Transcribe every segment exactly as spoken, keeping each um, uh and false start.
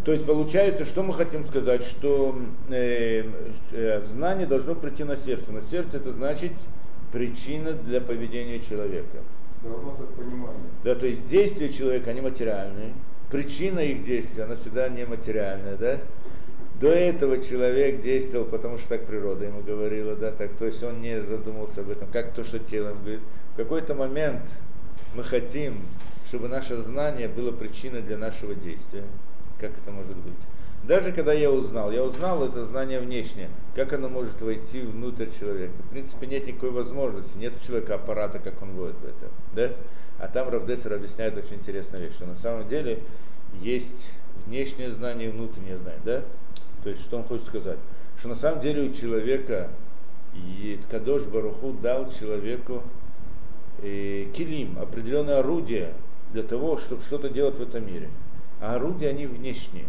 То есть получается, что мы хотим сказать, что э, э, знание должно прийти на сердце. На сердце это значит причина для поведения человека. Должно стать понимание. Да, то есть действия человека, они материальные. Причина их действия, она всегда нематериальная, да? До этого человек действовал, потому что так природа ему говорила, да, так, то есть он не задумывался об этом, как то, что телом говорит. В какой-то момент мы хотим, чтобы наше знание было причиной для нашего действия. Как это может быть? Даже когда я узнал, я узнал это знание внешнее, как оно может войти внутрь человека. В принципе, нет никакой возможности, нет у человека аппарата, как он вводит в это, да? А там Рав Дессер объясняет очень интересную вещь, что на самом деле есть внешнее знание и внутреннее знание, да? То есть, что он хочет сказать? Что на самом деле у человека, и Кадош Барух Ху дал человеку э, килим, определенное орудие для того, чтобы что-то делать в этом мире. А орудия, они внешние.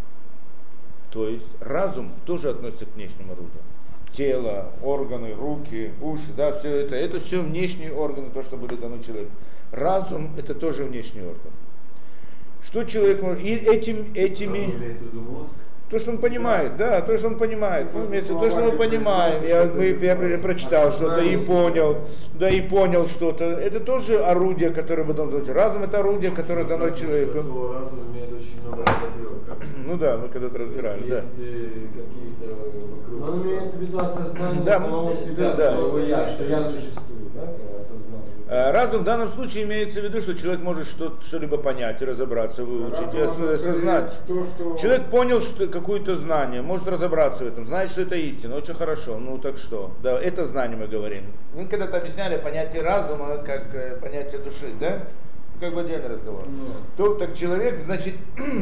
То есть разум тоже относится к внешним орудиям. Тело, органы, руки, уши, да, все это, это все внешние органы, то, что были даны человеку. Разум – это тоже внешний орган. Что человек может... И этим, этими... То, что он понимает, да, то, что он понимает. Ну, то, что мы понимаем. Я, мы, я прочитал что-то и понял, да и понял что-то. Это тоже орудие, которое мы должны делать. Разум – это орудие, которое дано человеку. Разум имеет очень много подоплеков. Ну да, мы когда-то разбирали, да. Есть какие-то вокруг. Он имеет в виду осознание да, самого себя, да, своего да. я, что я существую, да, осознание. Разум в данном случае имеется в виду, что человек может что- что-либо понять, разобраться, выучить, и осознать. То, что... Человек понял что, какое-то знание, может разобраться в этом, знает, что это истина, очень хорошо, ну так что? Да, это знание мы говорим. Мы когда-то объясняли понятие разума как э, понятие души, да? Как бы отдельный разговор. No. То, так человек, значит,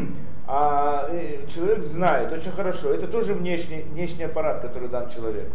а, э, человек знает очень хорошо, это тоже внешний, внешний аппарат, который дан человеку.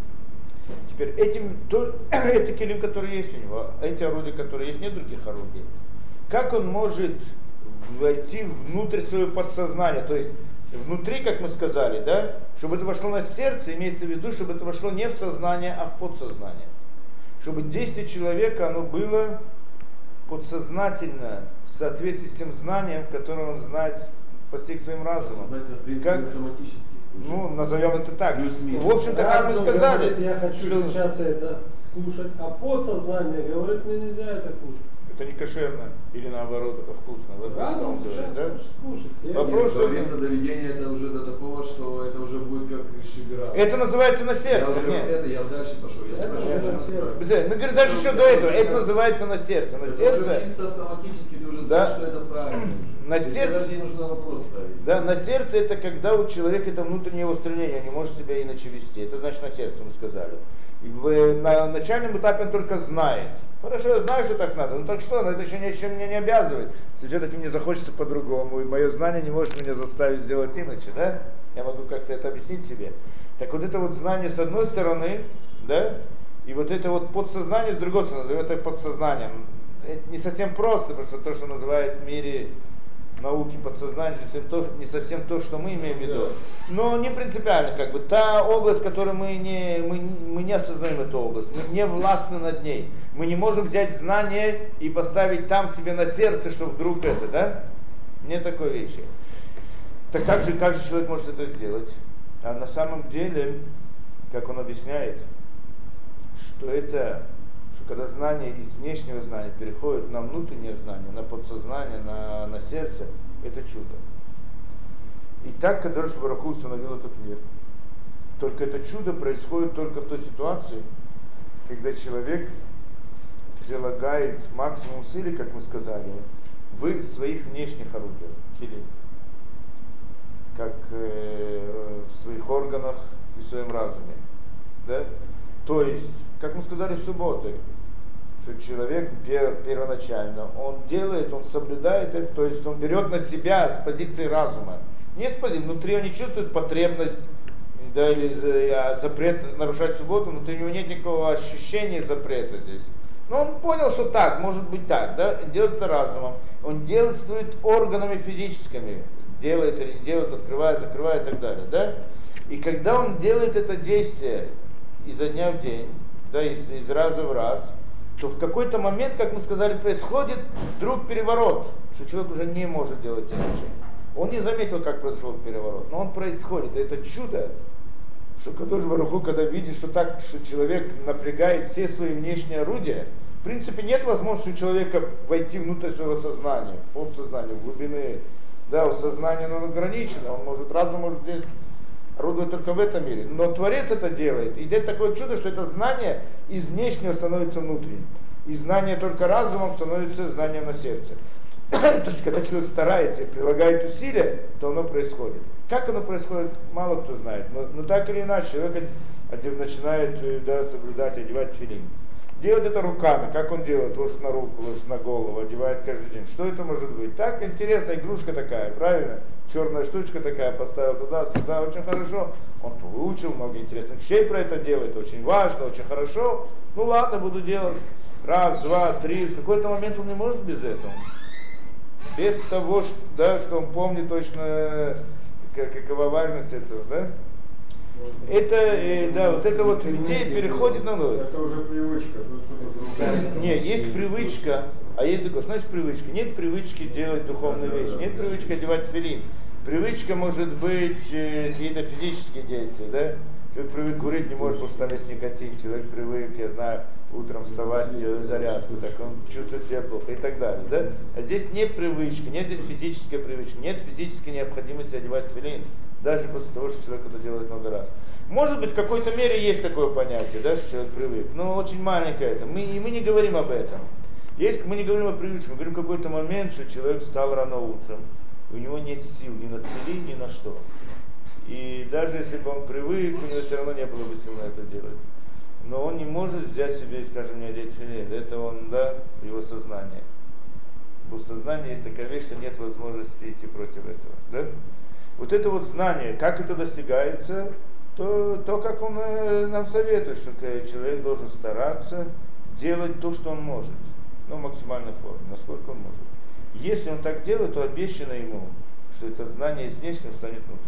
Теперь этим, то, эти килим, которые есть у него, эти орудия, которые есть, нет других орудий. Как он может войти внутрь своего подсознания, то есть внутри, как мы сказали, да, чтобы это вошло на сердце, имеется в виду, чтобы это вошло не в сознание, а в подсознание. Чтобы действие человека, оно было подсознательно в соответствии с тем знанием, которое он знает, постиг своим разумом. В принципе, Как, автоматически. ну, назовем это так. Плюс-минус. В общем-то, как мы сказали, говорит, я хочу что сейчас это скушать, а подсознание говорит, мне нельзя это кушать. это не кошерно, или наоборот, это вкусно. Вот что Разум он говорит, сейчас да? хочет скушать. Я Вопрос, не- что- Говорится, доведение это уже до такого, что это уже будет как шигра. Это называется на Я сердце. говорю, Нет. это, я дальше пошел. Я Это спрашиваю, уже на что сердце. спрашиваю. Мы говорим, даже еще до этого, это называется на сердце. На Это сердце, уже чисто автоматически ты уже Да. знаешь, что это правильно. На Тебе сердце- даже не нужно вопрос ставить. да, на сердце это когда у человека это внутреннее устремление, он не может себя иначе вести. Это значит на сердце, мы сказали. И в, на начальном этапе он только знает. Хорошо, я знаю, что так надо. Ну так что, но это еще ничем меня не обязывает. Если все-таки мне захочется по-другому, и мое знание не может меня заставить сделать иначе, да? Я могу как-то это объяснить себе. Так вот это вот знание с одной стороны, да, и вот это вот подсознание с другой стороны, назовем это подсознанием. Это не совсем просто, потому что то, что называют в мире науки подсознания, не совсем то, не совсем то, что мы имеем в виду. Но не принципиально, как бы, та область, которую мы не, мы, мы не осознаем эту область, мы не властны над ней. Мы не можем взять знание и поставить там себе на сердце, что вдруг это, да? Нет такой вещи. Так как же, как же человек может это сделать? А на самом деле, как он объясняет, что это, что когда знание из внешнего знания переходит на внутреннее знание, на подсознание, на, на сердце, это чудо. И так Кадош Барух Ху установил этот мир. Только это чудо происходит только в той ситуации, когда человек прилагает максимум усилий, как мы сказали, в своих внешних орудиях, килим, как э, в своих органах и в своем разуме. Да? То есть, как мы сказали в субботу, что человек пер, первоначально, он делает, он соблюдает это, то есть он берет на себя с позиции разума. Не с позиции, внутри он не чувствует потребность, да, или запрет нарушать субботу, внутри него нет никакого ощущения запрета здесь. Но он понял, что так, может быть так, да, делает это разумом. Он действует органами физическими, делает или не делает, открывает, закрывает и так далее, да. И когда он делает это действие изо дня в день, да, из, из раза в раз, то в какой-то момент, как мы сказали, происходит вдруг переворот, что человек уже не может делать иначе. Он не заметил, как произошел переворот, но он происходит. И это чудо, что Кадош Барух Ху, когда видит, что так, что человек напрягает все свои внешние орудия, в принципе, нет возможности у человека войти внутрь своего сознания, подсознания, в глубины. Да, у сознания оно ограничено, он может, разум может здесь орудовать только в этом мире. Но Творец это делает. И это такое чудо, что это знание из внешнего становится внутренним. И знание только разумом становится знанием на сердце. То есть, когда человек старается и прилагает усилия, то оно происходит. Как оно происходит, мало кто знает. Но, но так или иначе, человек начинает, да, соблюдать, одевать тфилин. Делает это руками. Как он делает? Ложит на руку, ложит на голову, одевает каждый день. Что это может быть? Так, интересная игрушка такая, правильно? Черная штучка такая, поставил туда, сюда, очень хорошо. Он выучил много интересных вещей про это делает, очень важно, очень хорошо. Ну ладно, буду делать. Раз, два, три. В какой-то момент он не может без этого. Без того, что, да, что он помнит точно, как, какова важность этого, да? Это, э, да, вот это вот идея переходит на новое. Это уже привычка, тут что-то другое. Нет, есть привычка, а есть другое. Что значит привычка? Нет привычки делать духовные вещи, нет привычки одевать тфилин. Привычка может быть э, какие-то физические действия, да? Человек привык курить, не может, потому что там есть никотин. Человек привык, я знаю, утром вставать, делать зарядку, так он чувствует себя плохо и так далее, да? А здесь нет привычки, нет здесь физической привычки, нет физической необходимости одевать тфилин, даже после того, что человек это делает много раз. Может быть, в какой-то мере есть такое понятие, да, что человек привык, но очень маленькое это. Мы, и мы не говорим об этом. Есть, мы не говорим о привычке, мы говорим в какой-то момент, что человек встал рано утром, у него нет сил ни на тфилин, ни на что. И даже если бы он привык, у него все равно не было бы сил на это делать. Но он не может взять себе, скажем, не одеть тфилин. Это он, да, его сознание. В сознании есть такая вещь, что нет возможности идти против этого. Да? Вот это вот знание, как это достигается, то, то как он э, нам советует, что человек должен стараться делать то, что он может. Ну, в максимальной форме, насколько он может. Если он так делает, то обещано ему, что это знание из внешнего станет внутренним.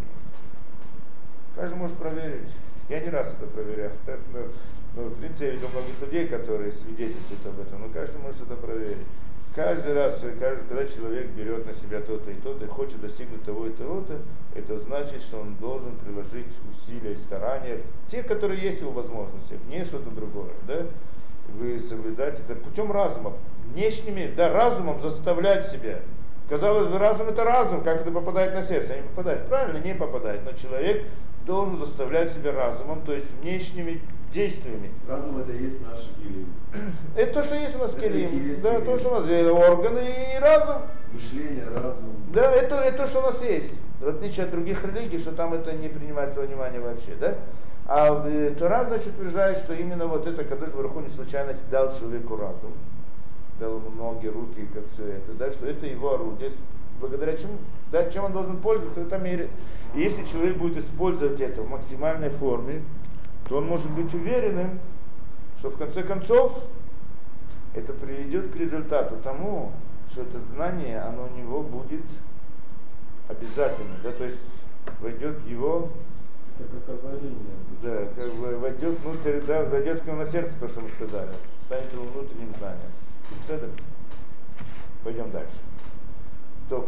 Каждый может проверить. Я не раз это проверял. Но, но, в принципе, я видел многих людей, которые свидетельствуют об этом, но каждый может это проверить. Каждый раз, каждый, когда человек берет на себя то-то и то-то, и хочет достигнуть того и того-то, это значит, что он должен приложить усилия и старания, те, которые есть в его возможностях, не что-то другое. Да? Вы соблюдать это путем разума, внешними, да, разумом заставлять себя. Казалось бы, разум это разум, как это попадает на сердце, не попадает, правильно, не попадает, но человек должен заставлять себя разумом, то есть внешними действиями. Разум это и есть наш килим. Это то, что есть у нас килим, да, килим. то, что у нас есть органы и разум. Мышление, разум. Да, это, это то, что у нас есть. В отличие от других религий, что там это не принимается во внимание вообще, да? А э, Тора, значит, утверждает, что именно вот это, Кадош Барух Ху не случайно дал человеку разум, дал ему ноги, руки, как все это, да, что это его орудие, благодаря чему, да, чем он должен пользоваться в этом мире. И если человек будет использовать это в максимальной форме, то он может быть уверенным, что в конце концов это приведет к результату тому, что это знание, оно у него будет обязательно, да, то есть войдет в его, Это как озарение. да, как бы войдет внутрь, да, войдет к нему на сердце, то, что мы сказали, станет его внутренним знанием. Цедр? Пойдем дальше. То.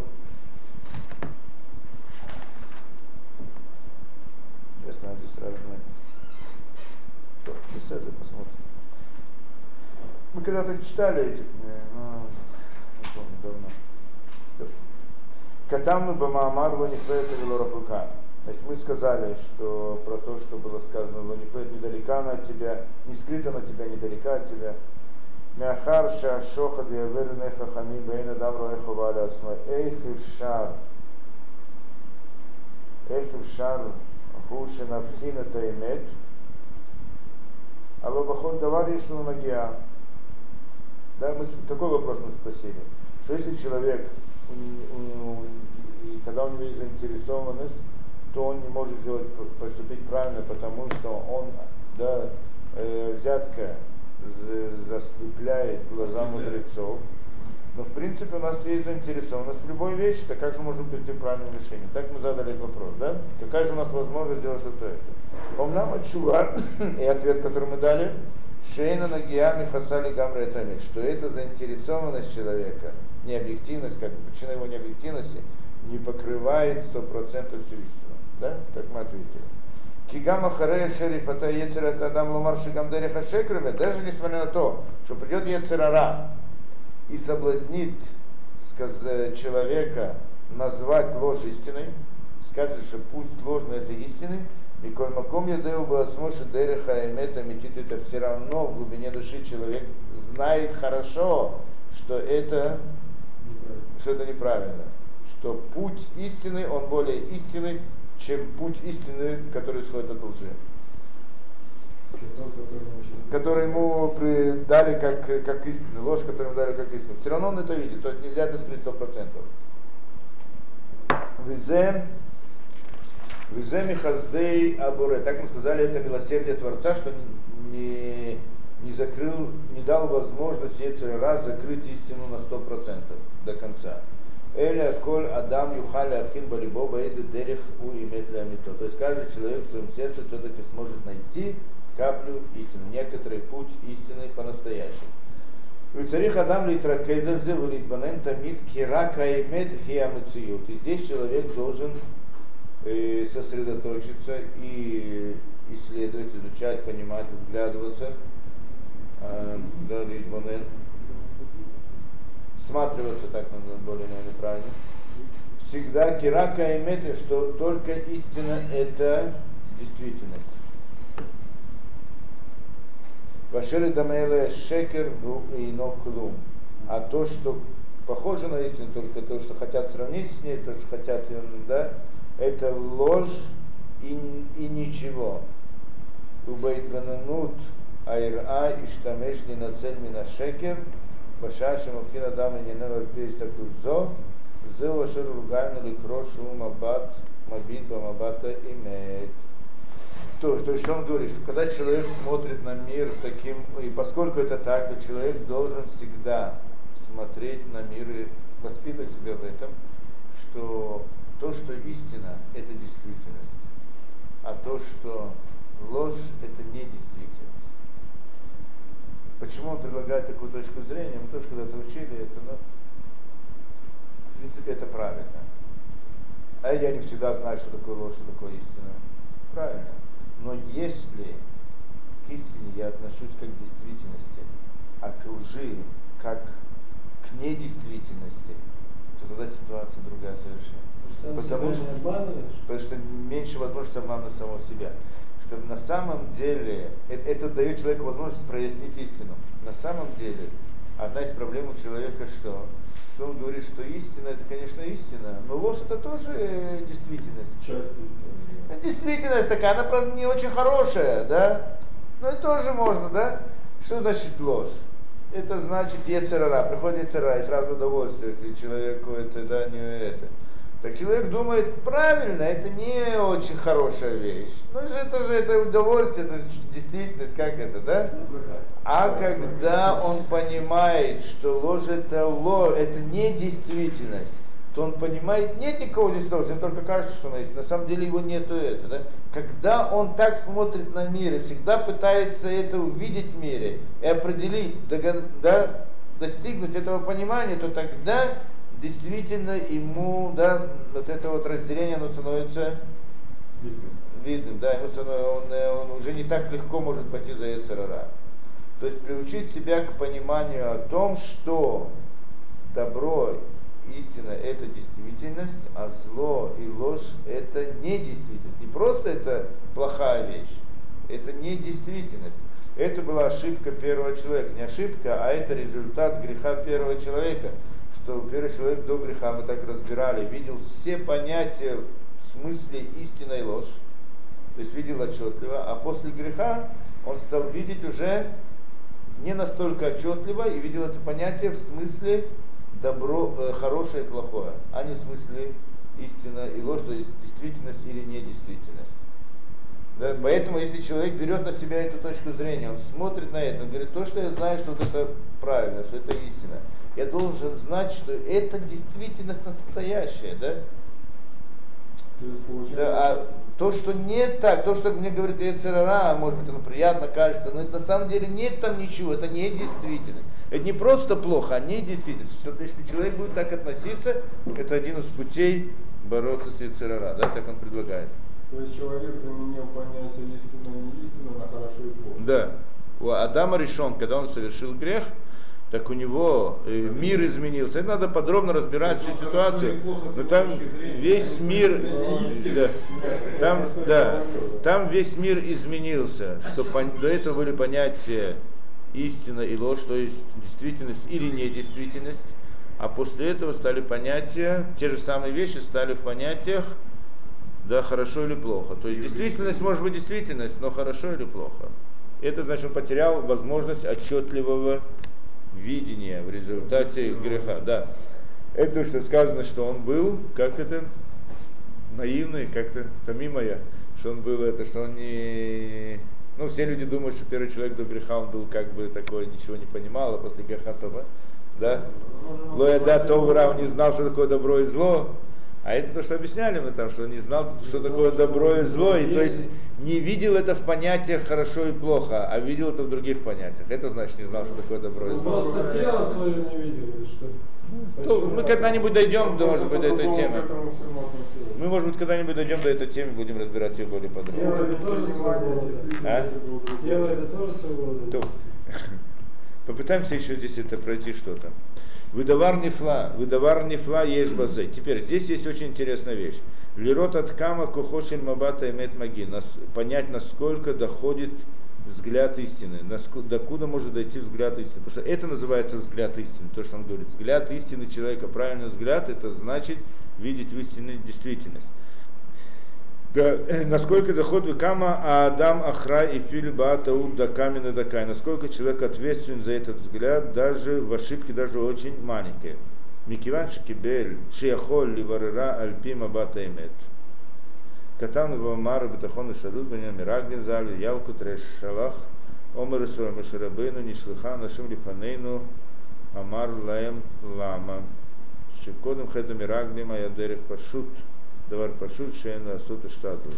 Сейчас надо здесь разные. То, Цедр, посмотрим. Мы когда-то читали эти книги, но не помню, давно. Катамну бамаамар лонифлеет или лорапука. Значит, мы сказали, что про то, что было сказано, лонифлеет недалека от тебя, не скрыто на тебя, недалека от тебя. מאחר שהשוחד יעבר עיני חכמים ואין אדם רואה חובה לעצמו, איך אפשר, איך אפשר הוא שנבחין את האמת, אבל בכל דבר יש לנו נגיעה. Да, мы, такой вопрос мы спросили, что если человек, у, у, и когда у него есть заинтересованность, то он не может сделать, поступить правильно, потому что он, да, э, взятка, заслепляет глаза мудрецов. Но в принципе у нас есть заинтересованность в любой вещи, так как же можно прийти к правильному решению? Так мы задали этот вопрос, да? Какая же у нас возможность сделать что-то это? Омнам отчува, и ответ, который мы дали, шейна нагиями хасали гамра это, что это заинтересованность человека, не объективность, как причина его необъективности, не покрывает сто процентов всю истину. Да? Так мы ответили. Кигама харея шерифата ецерат адам ломарши гамдариха шекрами, даже несмотря на то, что придет ецерара и соблазнит человека назвать ложь истиной, скажет, что пусть ложно это истины, и коль маком ядеу басмоши дереха эмета метит, это все равно в глубине души человек знает хорошо, что это, что это неправильно, что путь истины, он более истинный, чем путь истины, который исходит от лжи. Который ему дали как, как истину, ложь, которую ему дали как истину. Все равно он это видит, то есть нельзя это скрыть сто процентов. Визе, визе михаздей абуре. Так мы сказали, это милосердие Творца, что не, не закрыл, не дал возможность ей раз закрыть истину на сто процентов до конца. Эля коль адам юхаля архин балибо баэзэ дерех у имет лямито. То есть каждый человек в своем сердце все-таки сможет найти каплю истины, некоторый путь истины по-настоящему. И царих адам литракезальзе вылитбанен тамид кирака имет хиамыциют. И здесь человек должен э, сосредоточиться и исследовать, изучать, понимать, вглядываться. Э, да, литбанен. Всматриваться, так надо более, наверное, правильно. Всегда кирака имет, что только истина это действительность. Вашери дамейле шекер и ноклум. А то, что похоже на истину, только то, что хотят сравнить с ней, то, что хотят, да, это ложь и, и ничего. Убайтгананут айра иштамеш ли на цель мина шекер. Башаши махина дамы не надо перейти такую зо. Зо вашер ругайну ли крошу мабат мабит бамабата имеет. То, то есть он говорит, что когда человек смотрит на мир таким, и поскольку это так, то человек должен всегда смотреть на мир и воспитывать себя в этом, что то, что истина, это действительность, а то, что ложь, это не действительность. Почему он предлагает такую точку зрения? Мы тоже когда-то учили это, но в принципе это правильно. А я не всегда знаю, что такое ложь, что такое истина. Правильно. Но если к истине я отношусь как к действительности, а к лжи как к недействительности, то тогда ситуация другая совершенно. Сам потому, себя что, не обманываешь? потому что меньше возможности обмануть самого себя. Что на самом деле это, это дает человеку возможность прояснить истину. На самом деле одна из проблем у человека что? Что он говорит, что истина это, конечно, истина, но ложь это тоже действительность. Часть истины. Действительность такая, она, правда, не очень хорошая, да? Но и тоже можно, да? Что значит ложь? Это значит ецерара, приходит ецерара, и сразу удовольствие, и человеку это, да, не это. Так человек думает, правильно, это не очень хорошая вещь. Ну же это же это удовольствие, это действительность, как это, да? А когда он понимает, что ложь это ложь, это не действительность, то он понимает, нет никакого действительности, ему только кажется, что она есть. На самом деле его нету это. Да? Когда он так смотрит на мир и всегда пытается это увидеть в мире и определить, да, достигнуть этого понимания, то тогда действительно ему, да, вот это вот разделение, оно становится видным. видным да, ему становится, он, он уже не так легко может пойти за ецерара. То есть приучить себя к пониманию о том, что добро, истина это действительность, а зло и ложь это не действительность. Не просто это плохая вещь, это не действительность. Это была ошибка первого человека. Не ошибка, а это результат греха первого человека. Что первый человек до греха, мы так разбирали, видел все понятия в смысле истина и ложь. То есть видел отчетливо, а после греха он стал видеть уже не настолько отчетливо и видел это понятие в смысле добро, э, хорошее и плохое, а не в смысле истина и ложь, то есть действительность или недействительность. Да, поэтому, если человек берет на себя эту точку зрения, он смотрит на это, он говорит, то, что я знаю, что вот это правильно, что это истина, я должен знать, что это действительность настоящая, да? Да, а то, что нет так, то, что мне говорит ецерара, может быть, оно приятно кажется, но это на самом деле нет там ничего, это не действительность. Это не просто плохо, а не действительно. Что если человек будет так относиться, это один из путей бороться с йецер гара, да, так он предлагает. То есть человек заменил понятие истина и неистина на хорошо и плохо. Да. У Адама решен, когда он совершил грех, так у него э, мир изменился. Это надо подробно разбирать всю ситуацию. Но там весь мир, да, там, да, там весь мир изменился, что до этого были понятия истина и ложь, то есть действительность или недействительность, а после этого стали понятия, те же самые вещи стали в понятиях, да, хорошо или плохо. То есть действительность может быть действительность, но хорошо или плохо. Это значит, он потерял возможность отчетливого видения в результате греха. Да. Это что сказано, что он был, как это, наивный, как-то томимая, что он был это, что он не... Ну, все люди думают, что первый человек до греха, он был как бы такой, ничего не понимал, а после греха сама, да? Лоэда Товра, он не знал, что такое добро и зло. А это то, что объясняли мы там, что он не знал, что такое добро и зло, и то есть не видел это в понятиях хорошо и плохо, а видел это в других понятиях. Это значит, не знал, что такое добро и зло. Просто тело свое не видел, или что? Ну, мы когда-нибудь дойдем, до, может быть, до этой темы. Мы, может быть, когда-нибудь дойдем до этой темы, будем разбирать ее более подробно. Тело это тоже свобода. А? Тело это тоже свобода. То. Попытаемся еще здесь это пройти что-то. Выдавар нефла, выдавар нефла еш базе. Теперь здесь есть очень интересная вещь. Лирот от кама кухошель мабата имет маги. Понять, насколько доходит взгляд истины, докуда может дойти взгляд истины. Потому что это называется взгляд истины, то, что он говорит. Взгляд истины человека, правильный взгляд, это значит видеть в истине действительность. Да, насколько доходит кама Адам Ахрай и Фильба Тауд да камена дакай. Насколько человек ответственен за этот взгляд, даже в ошибке, даже очень маленькие. Микиван Шикибель, Шияхоль Ливарера Альпима Бата Имет. Катан Вамар Бетахон Шалут Беня Мираглин Зали Ялку Треш Шалах Омер Исуа Мишарабейну Нишлиха Нашим Лифанейну Амар Лаем Лама Шикодом Хеда Мираглим Аядерих Пашут Давар Пашут Шейна Асута Штату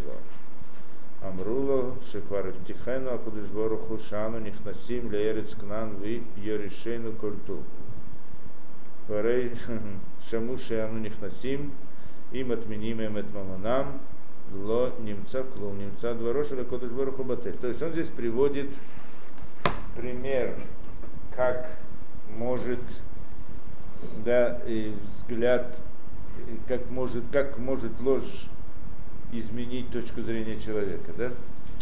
Амрула Шеквар Тихайну Акудыш Боруху Шану Нихнасим Леерец Кнан Ви Йоришейну Кольту Варей Шаму Шеану Нихнасим Им отменим им этмаманам ло немца клум немца дворош или кодыш боруху батель. То есть он здесь приводит пример, как может, да, и взгляд, как может, как может ложь изменить точку зрения человека, да?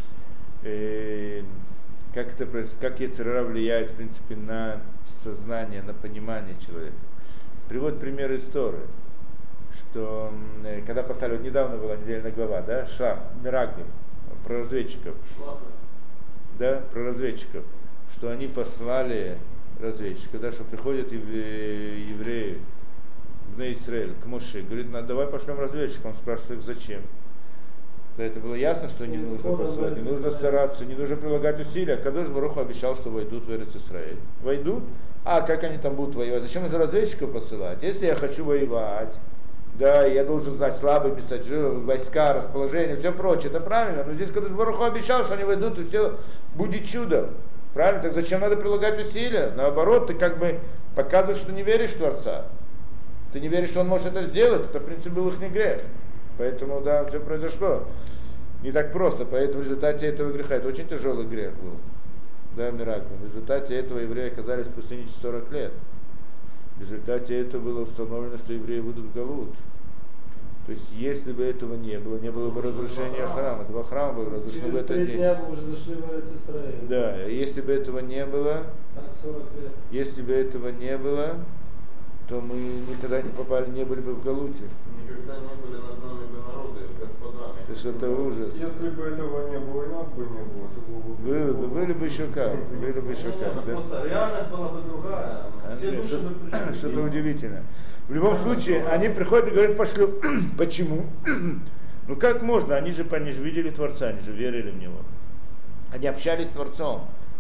И как это происходит, как йецер гара влияет, в принципе, на сознание, на понимание человека. Приводит пример истории, что когда послали, вот недавно была недельная глава, да, Шлах, Мираглим, про разведчиков, да, про разведчиков, что они послали разведчиков, да, что приходят евреи в Израиль к Моше, говорит, давай пошлем разведчиков, он спрашивает их, зачем? Да, это было ясно, что не нужно посылать, не нужно стараться, не нужно прилагать усилия. Кадош Барух обещал, что войдут в Эрец Исраэль. Войдут? А как они там будут воевать? Зачем же разведчиков посылать? Если я хочу воевать, да, я должен знать слабые места, войска, расположение, все прочее, это правильно. Но здесь Кадош Барух обещал, что они войдут, и все будет чудо. Правильно? Так зачем надо прилагать усилия? Наоборот, ты как бы показываешь, что не веришь в Творца. Ты не веришь, что он может это сделать. Это, в принципе, был их не грех. Поэтому, да, все произошло не так просто. Поэтому в результате этого греха, это очень тяжелый грех был, да, Мираглим. В результате этого евреи оказались в пустыне через сорок лет. В результате этого было установлено, что евреи выйдут в Галут. То есть, если бы этого не было, не было бы разрушения храма. Два храма были разрушены в этот день. Через три дня мы уже зашли в Эрец Исраэль. Да, если бы этого не было, Так, сорок лет. если бы этого не было, то мы никогда не попали, не были бы в Галуте. Никогда не были над нами бы народы, господами. Это что-то ужас. Если бы этого не было, и нас бы не было, сугубо. Были бы, были бы еще как, были бы еще как. Да? Просто реальность была бы другая. Все Андрей, души бы что- пришли. Что-то удивительное. В любом случае, они приходят и говорят, пошлю. Почему? Ну как можно? Они же, они же видели Творца, они же верили в Него. Они общались с Творцом.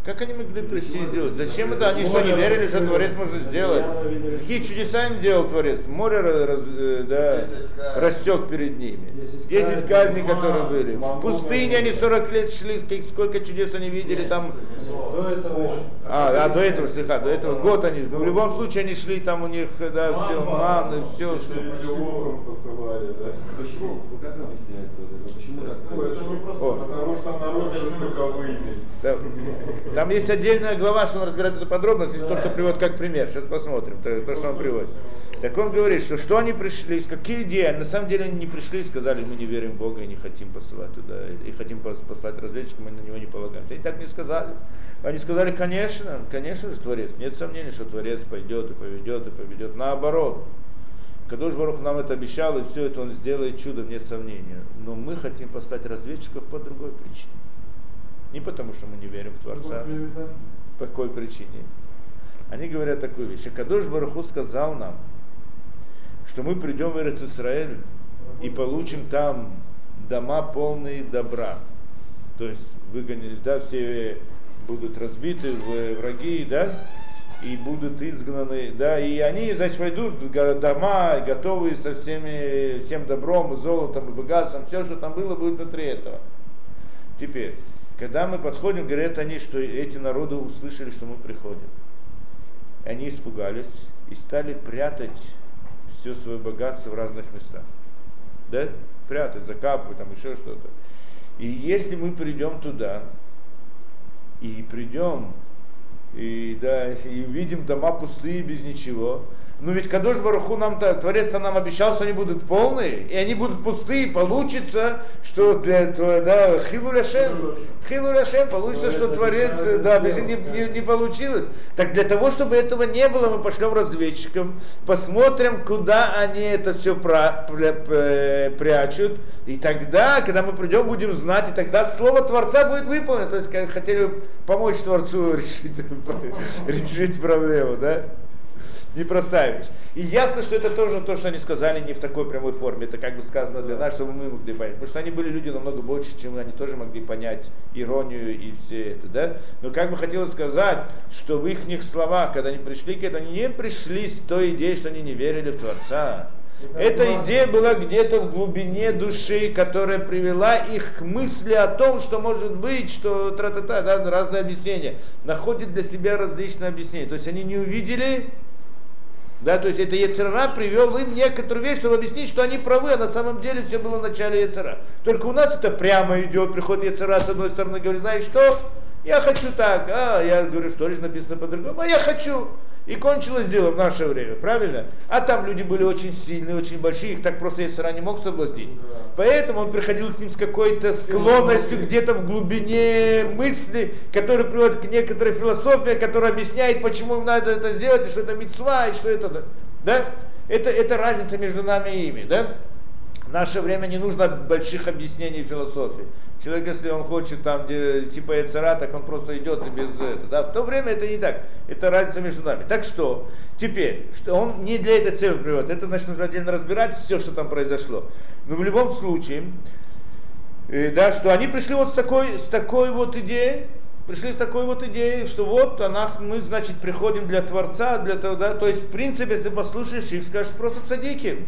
Как они могли прийти и сделать? Зачем это? Они Море что, не верили, что раскрылось. Творец может сделать? Явно видели. Какие чудеса им делал Творец? Море раз- э, да, рассек перед ними. Десять Десять казней. казней, которые были. В Монголы. пустыне они сорок лет шли, как- сколько чудес они видели там. До этого еще. А, а до этого, слегка, до этого год они, но в любом случае они шли, там у них, да, все, манны, все, что... Львовым посылали, да. Почему? Ну, как объясняется вот это? Почему так Ну, это не просто, О. потому что народ жестоковыйный. Да. Там есть отдельная глава, что он разбирает эту подробность, здесь только приводит как пример. Сейчас посмотрим, то, то, что он приводит. Так он говорит, что что они пришли, с какие идеи, на самом деле они не пришли и сказали, мы не верим в Бога и не хотим посылать туда, и хотим послать разведчиков, мы на него не полагаемся. Они так не сказали. Они сказали, конечно, конечно же Творец, нет сомнений, что Творец пойдет и поведет и поведет. Наоборот, Кадош Барух нам это обещал, и все это он сделает чудом, нет сомнения. Но мы хотим послать разведчиков по другой причине. Не потому, что мы не верим в Творца. По какой причине? Они говорят такую вещь. Кадош Баруху сказал нам, что мы придем в Эрец-Исраэль и получим там дома полные добра. То есть выгонили, да, все будут разбиты враги, да, и будут изгнаны, да, и они, значит, войдут в дома, готовые со всеми, всем добром, и золотом, и богатством, все, что там было, будет внутри этого. Теперь, когда мы подходим, говорят они, что эти народы услышали, что мы приходим. Они испугались и стали прятать все свое богатство в разных местах. Да? Прятать, закапывать, там еще что-то. И если мы придем туда, и придем, и, да, и увидим дома пустые, без ничего, ну ведь Кадош Баруху нам-то, Творец-то нам обещал, что они будут полные, и они будут пустые, получится, что для этого, да, Хилу Ляшем, Хилу Ляшем, получится, что Творец, да, без не, не, не получилось. Так для того, чтобы этого не было, мы пошлем разведчиков, посмотрим, куда они это все пра, пра, прячут, и тогда, когда мы придем, будем знать, и тогда слово Творца будет выполнено. То есть, хотели помочь Творцу решить, решить проблему, да? Непростая вещь. И ясно, что это тоже то, что они сказали не в такой прямой форме. Это как бы сказано для нас, чтобы мы могли понять. Потому что они были люди намного больше, чем мы. Они тоже могли понять иронию и все это. Да? Но как бы хотелось сказать, что в их словах, когда они пришли к этому, они не пришли с той идеей, что они не верили в Творца. Эта идея была где-то в глубине души, которая привела их к мысли о том, что может быть, что тра-та-та, да, разные объяснения. Находят для себя различные объяснения. То есть они не увидели. Да, то есть это Йецер ара привел им некоторую вещь, чтобы объяснить, что они правы, а на самом деле все было в начале Йецер ара. Только у нас это прямо идет, приходит Йецер ара с одной стороны, говорит, знаешь что, я хочу так, а я говорю, что лишь написано по-другому, а я хочу. И кончилось дело в наше время, правильно? А там люди были очень сильные, очень большие, их так просто Йецер ара не мог соблазнить. Да. Поэтому он приходил к ним с какой-то склонностью где-то в глубине мысли, которая приводит к некоторой философии, которая объясняет, почему им надо это сделать, и что это мицва, и что это, да? Это, это разница между нами и ими, да? В наше время не нужно больших объяснений философии. Человек, если он хочет там, где, типа Йецер ара, так он просто идет и без этого. Да? В то время это не так. Это разница между нами. Так что, теперь, что он не для этой цели приводит. Это, значит, нужно отдельно разбирать все, что там произошло. Но в любом случае, э, да, что они пришли вот с такой, с такой вот идеей, пришли с такой вот идеей, что вот она, мы, значит, приходим для Творца, для того, да, то есть, в принципе, если послушаешь их, скажешь, просто цадики.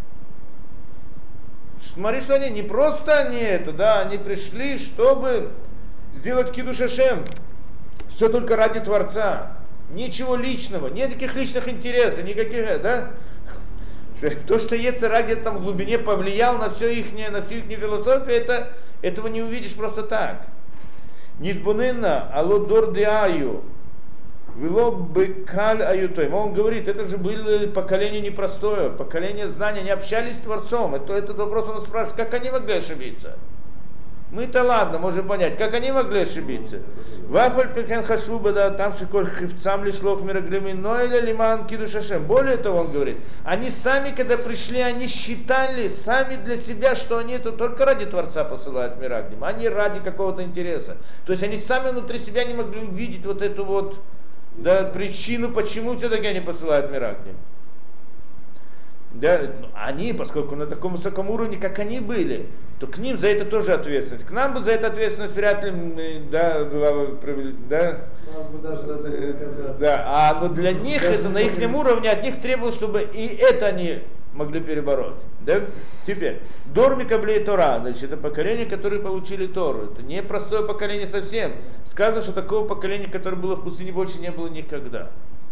Смотри, что они не просто они это, да, они пришли, чтобы сделать кидуш Ашем. Все только ради Творца. Ничего личного, никаких личных интересов, никаких, да. То, что Йецер ара где-то там в глубине повлиял на, все их, на всю их философию, это, этого не увидишь просто так. Нитбунена алодор деаю. Вело бекаль аютой. Он говорит, это же было поколение непростое, поколение знания, они общались с Творцом. Это, этот вопрос он спрашивает, как они могли ошибиться? Мы-то ладно, можем понять, как они могли ошибиться. Вафаль пекен хашуба, да, там шиколь хивцам лишлох мираглими, но или лиман кидуш Ашем. Более того, он говорит, они сами, когда пришли, они считали сами для себя, что они это только ради Творца посылают мираглим, а не ради какого-то интереса. То есть они сами внутри себя не могли увидеть вот эту вот, да, причину, почему все-таки они посылают мираглим. Да, они, поскольку на таком высоком уровне, как они были, то к ним за это тоже ответственность. К нам бы за это ответственность вряд ли, да, была бы, да, Нас бы даже за это не наказали. да, а но для них это на их уровне, от них требовалось, чтобы и это они могли перебороть. Да? Теперь, Дор Микаблей Тора, значит, это поколение, которые получили Тору. Это не простое поколение совсем. Сказано, что такого поколения, которое было в пустыне, больше не было никогда.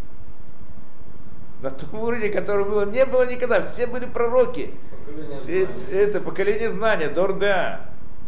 На том уровне, которое было, не было никогда. Все были пророки. Все, это поколение знания, Дорда.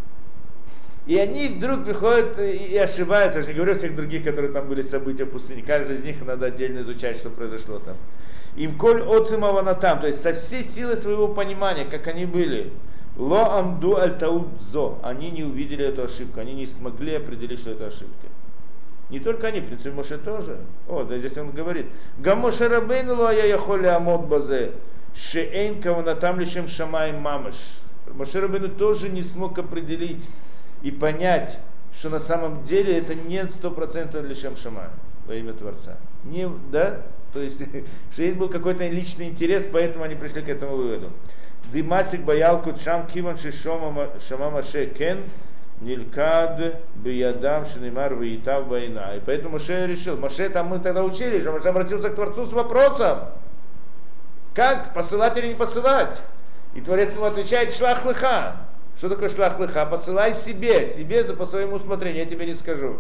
И они вдруг приходят и ошибаются. Я же не говорю о всех других, которые там были события в пустыне. Каждый из них надо отдельно изучать, что произошло там. Им коль оцимавана там, то есть со всей силой своего понимания, как они были. Ло амду аль таут зо. Они не увидели эту ошибку. Они не смогли определить, что это ошибка. Не только они, в принципе, Моше тоже. О, да здесь он говорит. Гамоше рабейну ло я яхоли амод базе. Шеэйн каванатам лишем шамай мамыш. Моше рабейну тоже не смог определить и понять, что на самом деле это не сто процентов лишем шамай во имя Творца. Не, да? То есть, что есть был какой-то личный интерес, поэтому они пришли к этому выводу. Димасик боялку шам киван шишома шамамаше кен нилькад биядам шинимар виитав война. И поэтому Моше решил, Моше там мы тогда учили, что Моше обратился к Творцу с вопросом, как посылать или не посылать. И Творец ему отвечает, шлах лыха. Что такое шлах лыха? Посылай себе, себе по своему усмотрению, я тебе не скажу.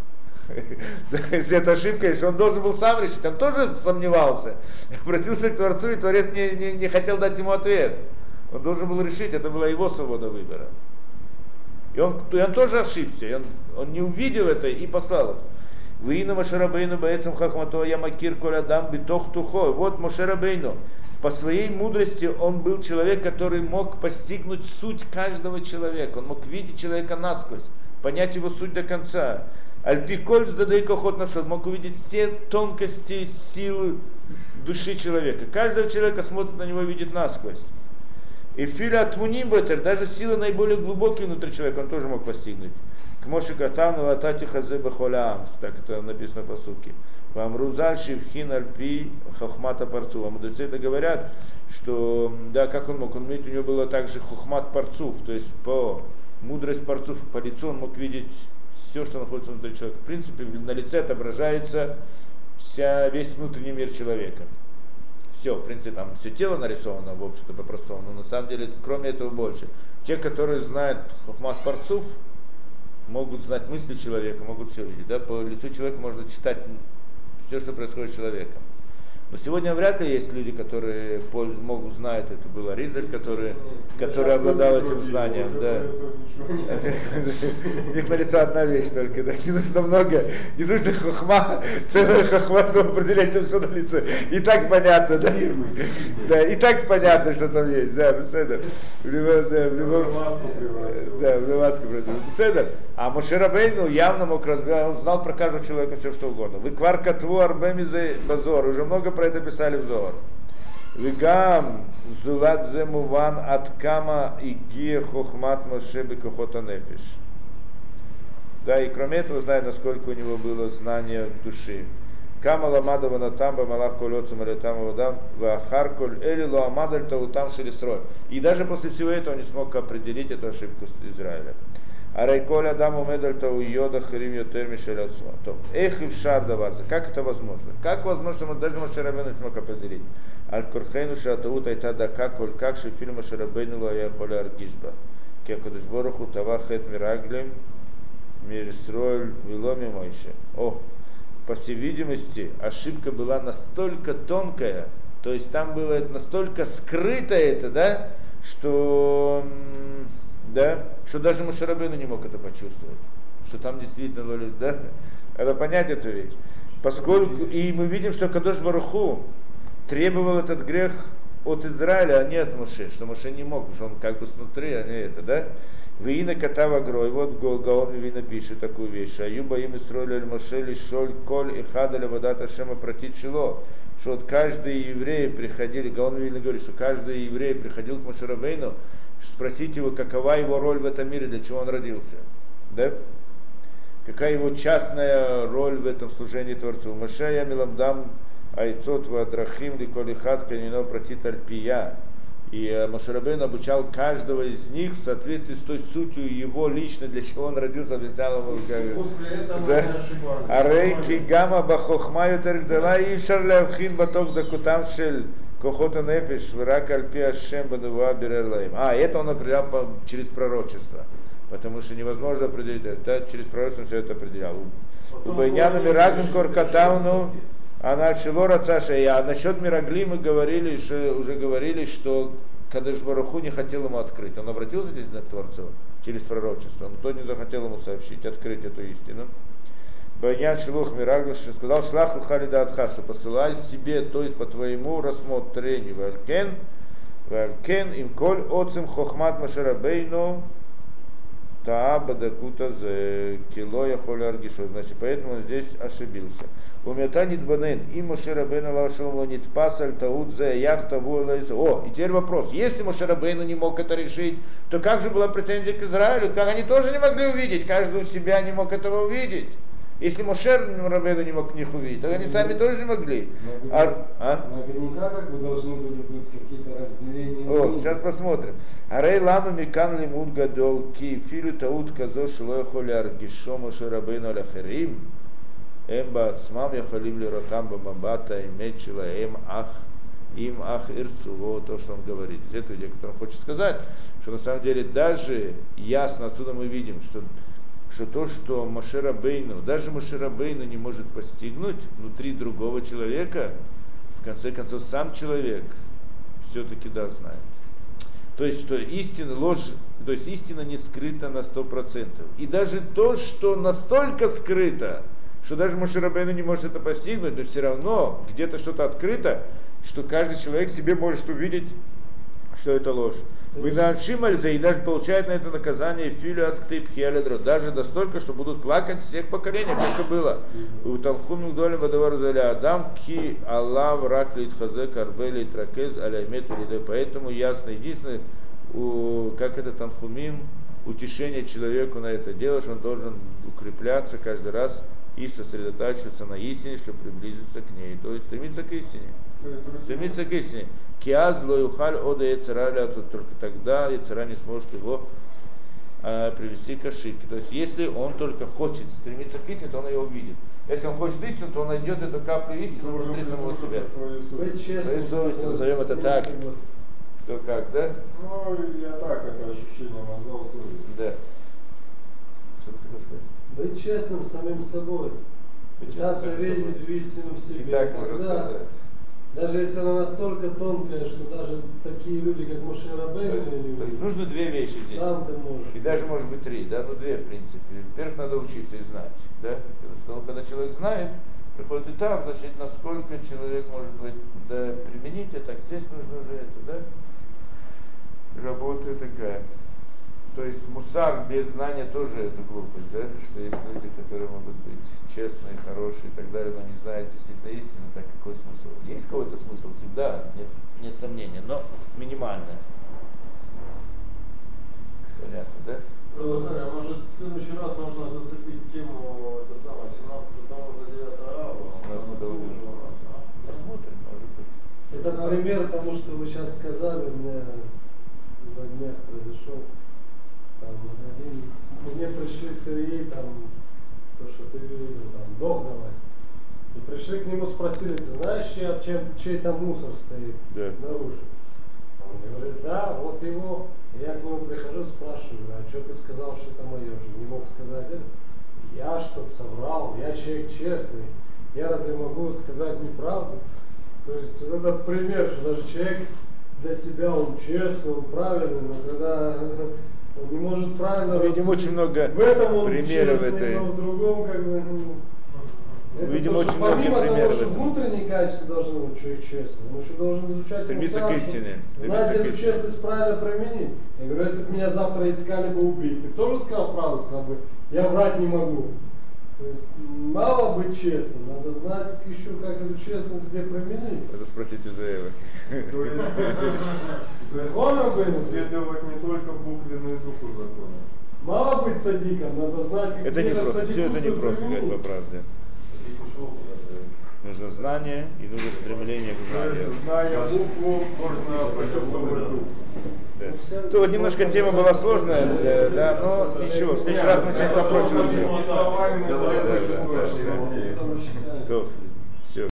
Если это ошибка, если он должен был сам решить, он тоже сомневался. Обратился к Творцу, и Творец не, не, не хотел дать ему ответ. Он должен был решить, это была его свобода выбора. И он, и он тоже ошибся, и он, он не увидел это и послал их. Вину Моше Рабейну баэцем хахмато ямакир коль адам битох тухо. Вот Моше Рабейну, по своей мудрости он был человек, который мог постигнуть суть каждого человека. Он мог видеть человека насквозь, понять его суть до конца. Альпиколь сдадай кохот нашел, мог увидеть все тонкости силы души человека. Каждого человека смотрит на него и видит насквозь. И филя атмунимбетер, даже силы наиболее глубокие внутри человека, он тоже мог постигнуть. К Моше Катану латати хазе бахолям, так это написано по суке. Вам рузаль шивхин альпи хохмата парцу. А мудрецы это говорят, что да, как он мог, он у него было также хохмат парцув, то есть по мудрость парцув, по лицу он мог видеть все, что находится внутри человека. В принципе, на лице отображается вся, весь внутренний мир человека. Все, в принципе, там все тело нарисовано, в общем-то, по-простому, но на самом деле, кроме этого, больше. Те, которые знают хохмат парцув, могут знать мысли человека, могут все видеть. Да? По лицу человека можно читать все, что происходит с человеком. Но сегодня вряд ли есть люди, которые могут знать, это был Аризаль, который, который обладал этим знанием. Да. У них на лицо одна вещь только, да. Не нужно много, не нужно хохма, целая хохма, чтобы определять там, что на лице. И так понятно, да. Да, и так понятно, что там есть, да, беседа. В любом, да, в любом, да, в маску беседа. А Моше Рабейну явно мог разбирать, он знал про каждого человека все, что угодно. Вы кварка тву арбемизе базор, уже много про это писали в Зоар. Вигам зулат земуван от кама и гия хохмат Моше бекохота нефиш. Да, и кроме этого знаю, насколько у него было знание души. Кама ламадова натамба малах колёцум алетам водам вахар коль эли луамадаль таутам шелисрой. И даже после всего этого не смог определить эту ошибку Израиля. А райколь адам умедаль тау йода харим йотер мишель отцва. Эх и в шар даваться. Как это возможно? Как возможно, что даже Моше Рабейну не смог определить? Аль корхейну шатаут айта дака коль как шефиль Моше Рабейну лоя холя аргишба. Кекадуш боруху тава хет мираглем мирисроль виломи мойше. О, по всей видимости, ошибка была настолько тонкая, то есть там было настолько скрыто это, да, что, да, что даже Моше Рабейну не мог это почувствовать, что там действительно, да, надо понять эту вещь. Поскольку, и мы видим, что Кадош Барух Ху требовал этот грех от Израиля, а не от Моше, что Моше не мог, что он как бы снутри, а не это, да. Вина катава грой, вот Гаон Вина пишет такую вещь. Аюба им строили аль Моше лишоль коль и хадали водата шема протит шило. Что вот каждый еврей приходили, Гаон Вина говорит, что каждый еврей приходил к Моше Рабейну, спросить его, какова его роль в этом мире, для чего он родился. Да? Какая его частная роль в этом служении Творцу. Моше я миламдам айцот вадрахим ликолихат канино протит альпия. И Моше Рабейну обучал каждого из них в соответствии с той сутью его лично, для чего он родился, объяснял ему. После этого Да. они ошибались. Арейки гамма бахохмаю тергдала и шарлявхин баток дакутам шель кохота нефиш врак альпи ашем бадува бирерлаим. А, это он определял по, через пророчество. Потому что невозможно определить это. Да, через пророчество все это определял. У Байняна Мирагин Коркатауну, она Шилора Цаша. А насчет Мирагли мы говорили, что, уже говорили, что Кадош Баруху не хотел ему открыть. Он обратился к Творцу через пророчество, но тот не захотел ему сообщить, открыть эту истину. Байнян Шилух Мирагли сказал: Шлах Лухалида Адхашу, посылай себе, то есть по твоему рассмотрению. Валькен, Валькен им коль отцем хохмат Моше Рабейну. Тааба дакута за кило я холя аргишо. Значит, поэтому он здесь ошибился. У мета нитбанен и Моше Рабейну лавшалому нитпасаль таут за яхта вуэлэйс. О, и теперь вопрос. Если Моше Рабейну не мог это решить, то как же была претензия к Израилю? Так они тоже не могли увидеть. Каждый у себя не мог этого увидеть. Если Моше Рабейну не мог них увидеть, то они сами тоже не могли. А, а? Наверняка как бы должны были быть какие-то разделения. О, сейчас посмотрим. Арей лама микан лимуд гадол ки филю таут казо шило холи аргишо Моше Рабейну аляхерим эм баацмам яхалим лиротам бамабата имет шила эм ах им ах ирцу. Вот то, что он говорит. Из этого идеи, который он хочет сказать, что на самом деле даже ясно отсюда мы видим, что что то, что Моше Рабейну, даже Моше Рабейну не может постигнуть внутри другого человека, в конце концов сам человек все-таки да знает. То есть, что истина, ложь, то есть истина не скрыта на сто процентов. И даже то, что настолько скрыто, что даже Моше Рабейну не может это постигнуть, но все равно где-то что-то открыто, что каждый человек себе может увидеть, что это ложь. Вы научимались и даже получают на это наказание филю от ктипхиаледро, даже настолько, что будут плакать всех поколениях, как и было. У Талхум Гдолем Вадавар Заля Адам ки Аллах Раклит Хазек Арбели Тракез Аляймет Улиде. Поэтому ясно, единственное, у, как это Танхумим, утешение человеку на это дело, что он должен укрепляться каждый раз и сосредотачиваться на истине, чтобы приблизиться к ней. То есть стремиться к истине. Стремиться к истине. Киаз лоюхаль ода яцераля, только тогда яцера не сможет его а, привести к ошибке. То есть если он только хочет стремиться к истине, то он ее увидит. Если он хочет истину, то он найдет эту каплю истины внутри самого себя. Быть честным. Своей совести, назовем это так. Кто как, да? Ну, я так это ощущение назвал совесть. Да. Что ты хотел сказать? Быть честным самим собой. Пытаться верить в истину в себе. И так можно Тогда, сказать. даже если она настолько тонкая, что даже такие люди, как Моше То Рабейну, есть, не то есть видят, нужно две вещи здесь. сам ты можешь. И даже может быть три, да, ну две в принципе. Во-первых, надо учиться и знать, да. Потому что когда человек знает, приходит этап, значит, насколько человек может быть, да, применить это, здесь нужно уже это, да. Работа такая. То есть мусар без знания тоже это глупость, да, что есть люди, которые могут быть честные, хорошие и так далее, но не знают действительно истины, так какой смысл? Есть какой-то смысл всегда, нет, нет сомнения, но минимальный. Понятно, да? Благодаря, может, в следующий раз можно зацепить тему, это самое, семнадцатого тома за девятое ава. Посмотрим, может быть. Это пример тому, что вы сейчас сказали, у меня на днях произошел. Там, один, мне пришли сырьи, там, то, что ты видел, там, дох давать. И пришли к нему, спросили: ты знаешь, чей, чем, чей там мусор стоит Да. наружу? Он говорит: да, вот его. И я к нему прихожу, спрашиваю: а что ты сказал, что это мое? Же не мог сказать это. Я что-то соврал, я человек честный. Я разве могу сказать неправду? То есть вот этот пример, что даже человек для себя он честный, он правильный, но когда он не может правильно Видим рассудить, очень много в этом он примеров честный, этой. но в другом как бы... ну, это Видим то, что очень много помимо того, примеров что этого. внутренние качества должны быть человек честный, он еще должен изучать Стремиться мусар, к истине, чтобы стремиться знать к эту истине. честность правильно применить. Я говорю: если бы меня завтра искали бы убить, ты тоже сказал правду, сказал бы: я врать не могу. То есть мало быть честным, надо знать еще, как эту честность где применить. Это спросите у Заева. То есть, то есть Он робит. следовать не только букве, но и духу закона. Мало быть садиком, надо знать, как Это не этот просто, садик все это не мусор просто, сказать применить. по правде. И ушел куда-то. Да. Нужно знание и нужно стремление к То знанию. есть, зная букву, можно почувствовать дух. Да. То вот немножко тема была сложная, э, да, но ничего, в следующий раз мы чуть попроще разберем. Не словами, но Да, да, человек почувствует, да, что да. он умеет. То.